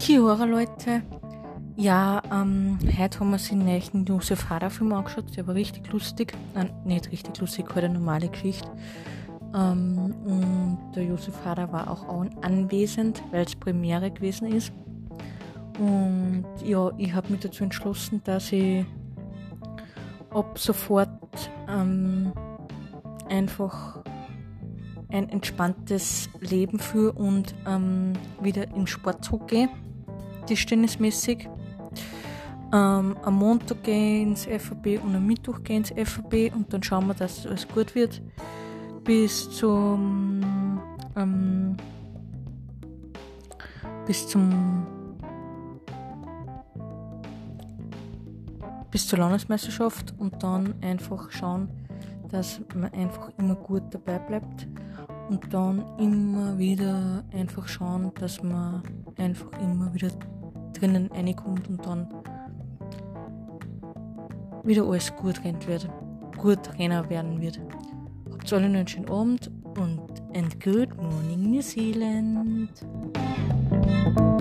Kihora Leute, ja, heute haben wir sich den neuen Josef Hader Film angeschaut, der war richtig lustig, nicht richtig lustig, halt eine normale Geschichte. Und der Josef Hader war auch anwesend, weil es Premiere gewesen ist. Und ja, ich habe mich dazu entschlossen, dass ich ab sofort einfach ein entspanntes Leben führe und wieder in Sport zurückgehe, tischtennismäßig. Am Montag gehe ich ins FAB und am Mittwoch gehe ich ins FAB und dann schauen wir, dass alles gut wird. Bis zur Landesmeisterschaft und dann einfach schauen, dass man einfach immer gut dabei bleibt und dann immer wieder einfach schauen, dass man einfach immer wieder drinnen reinkommt und dann wieder alles gut rennen werden wird. Habt alle noch einen schönen Abend und good morning New Zealand.